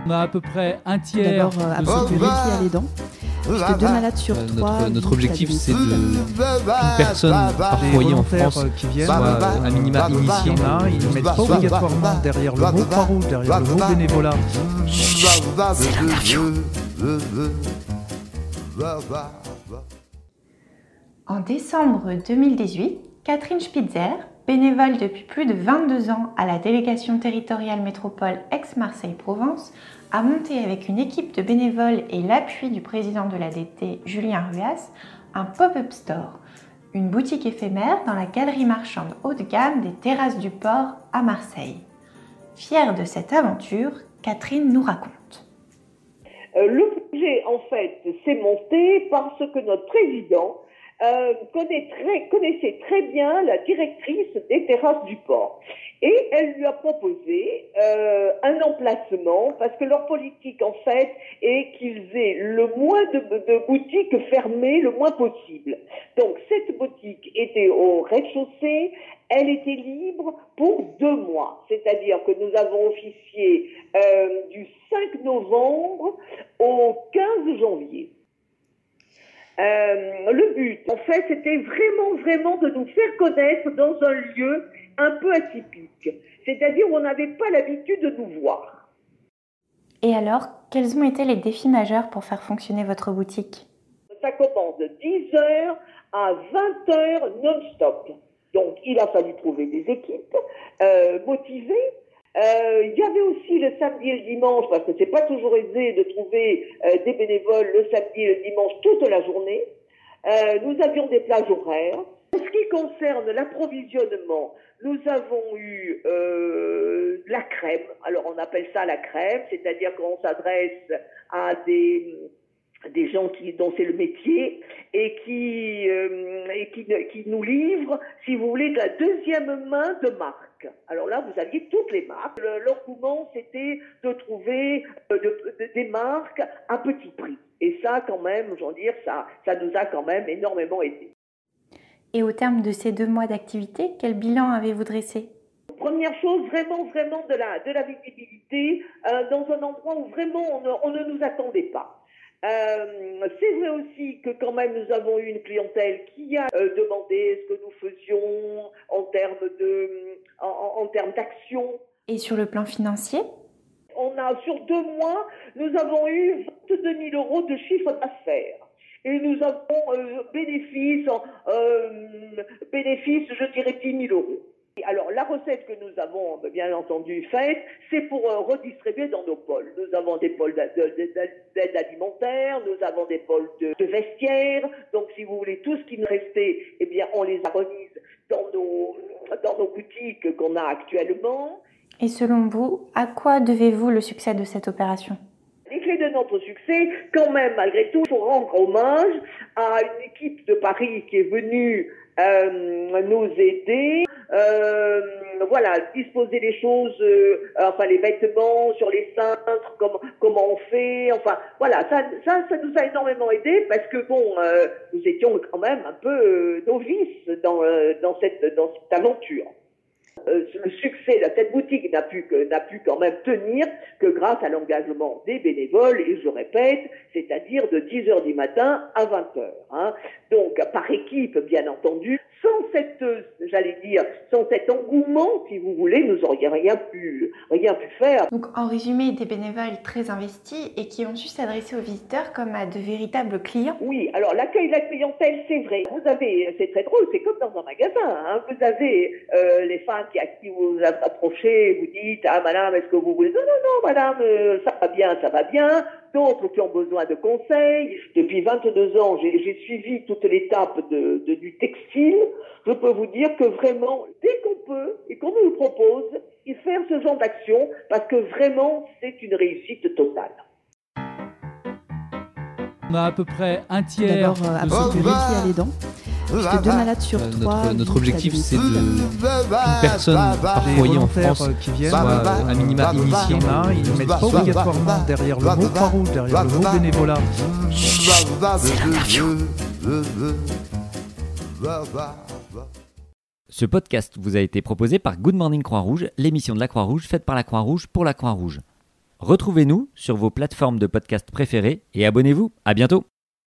On a à peu près un tiers d'abord absolument qui a les dents. Puisque 2 malades sur 3. Notre objectif, c'est qu'une personne par foyer en France qui viennent, soit à minima initiée. Ils ne mettent pas obligatoirement derrière le mot Croix-Rouge, derrière le mot bénévolat. En décembre 2018, Catherine Spitzer, bénévole depuis plus de 22 ans à la délégation territoriale métropole Aix-Marseille-Provence, a monté avec une équipe de bénévoles et l'appui du président de l'ADT, Julien Ruas, un pop-up store, une boutique éphémère dans la galerie marchande haut de gamme des Terrasses du Port à Marseille. Fière de cette aventure, Catherine nous raconte. Le projet, en fait, s'est monté parce que notre président connaissait très bien la directrice des Terrasses du Port. Et elle lui a proposé un emplacement, parce que leur politique, en fait, est qu'ils aient le moins de boutiques fermées le moins possible. Donc, cette boutique était au rez-de-chaussée, elle était libre pour 2 mois. C'est-à-dire que nous avons officié du 5 novembre au 15 janvier. Le but, en fait, c'était vraiment de nous faire connaître dans un lieu un peu atypique. C'est-à-dire où on n'avait pas l'habitude de nous voir. Et alors, quels ont été les défis majeurs pour faire fonctionner votre boutique ? Ça commence de 10h à 20h non-stop. Donc, il a fallu trouver des équipes motivées. Il y avait aussi le samedi et le dimanche, parce que c'est pas toujours aisé de trouver des bénévoles le samedi et le dimanche toute la journée. Nous avions des plages horaires. En ce qui concerne l'approvisionnement, nous avons eu la crème. Alors on appelle ça la crème, c'est-à-dire qu'on s'adresse à des gens dont c'est le métier et qui nous livrent, si vous voulez, de la deuxième main de marque. Alors là, vous aviez toutes les marques. L'engouement, c'était de trouver des marques à petit prix. Et ça, quand même, je veux dire, ça nous a quand même énormément aidé. Et au terme de ces 2 mois d'activité, quel bilan avez-vous dressé ? Première chose, vraiment de la visibilité dans un endroit où vraiment on ne nous attendait pas. C'est vrai aussi que quand même nous avons eu une clientèle qui a demandé ce que nous faisions en termes d'action. Et sur le plan financier ? Sur 2 mois, nous avavons eu 22 000 € de chiffre d'affaires. Et nous avons bénéfice, je dirais 10 000 €. Alors, la recette que nous avons, bien entendu, faite, c'est pour redistribuer dans nos pôles. Nous avons des pôles d'aide alimentaire, nous avons des pôles de vestiaires. Donc, si vous voulez, tout ce qui nous restait, eh bien, on les a remis dans nos boutiques qu'on a actuellement. Et selon vous, à quoi devez-vous le succès de cette opération ? Les clés de notre succès, quand même, malgré tout, il faut rendre hommage à une équipe de Paris qui est venue nous aider, disposer les choses, les vêtements sur les cintres, comment on fait, ça nous a énormément aidé parce que nous étions quand même un peu novices dans cette aventure. Le succès de cette boutique n'a pu quand même tenir que grâce à l'engagement des bénévoles, et je répète, c'est-à-dire de 10h du matin à 20h. Donc, par équipe, bien entendu, sans cet engouement, si vous voulez, nous n'aurions rien pu faire. Donc, en résumé, des bénévoles très investis et qui ont su s'adresser aux visiteurs comme à de véritables clients. Oui, alors l'accueil de la clientèle, c'est vrai. C'est très drôle, c'est comme dans un magasin. Vous avez les femmes à qui vous approchez, vous dites « Ah, madame, est-ce que vous voulez ?» Non, madame, ça va bien. D'autres qui ont besoin de conseils. Depuis 22 ans, j'ai suivi toute l'étape du textile. Je peux vous dire que vraiment, dès qu'on peut et qu'on nous le propose, il faire ce genre d'action parce que vraiment, c'est une réussite totale. On a à peu près un tiers d'abord absolument qui a les dents. Puisque 2 malades sur 3. Notre objectif, c'est qu'une personne par foyer en France qui viennent, soit à minima initiée. Ils ne mettent pas obligatoirement derrière le mot Croix-Rouge, derrière le mot bénévolat. Ce podcast vous a été proposé par Good Morning Croix-Rouge, l'émission de la Croix-Rouge faite par la Croix-Rouge pour la Croix-Rouge. Retrouvez-nous sur vos plateformes de podcast préférées et abonnez-vous. À bientôt.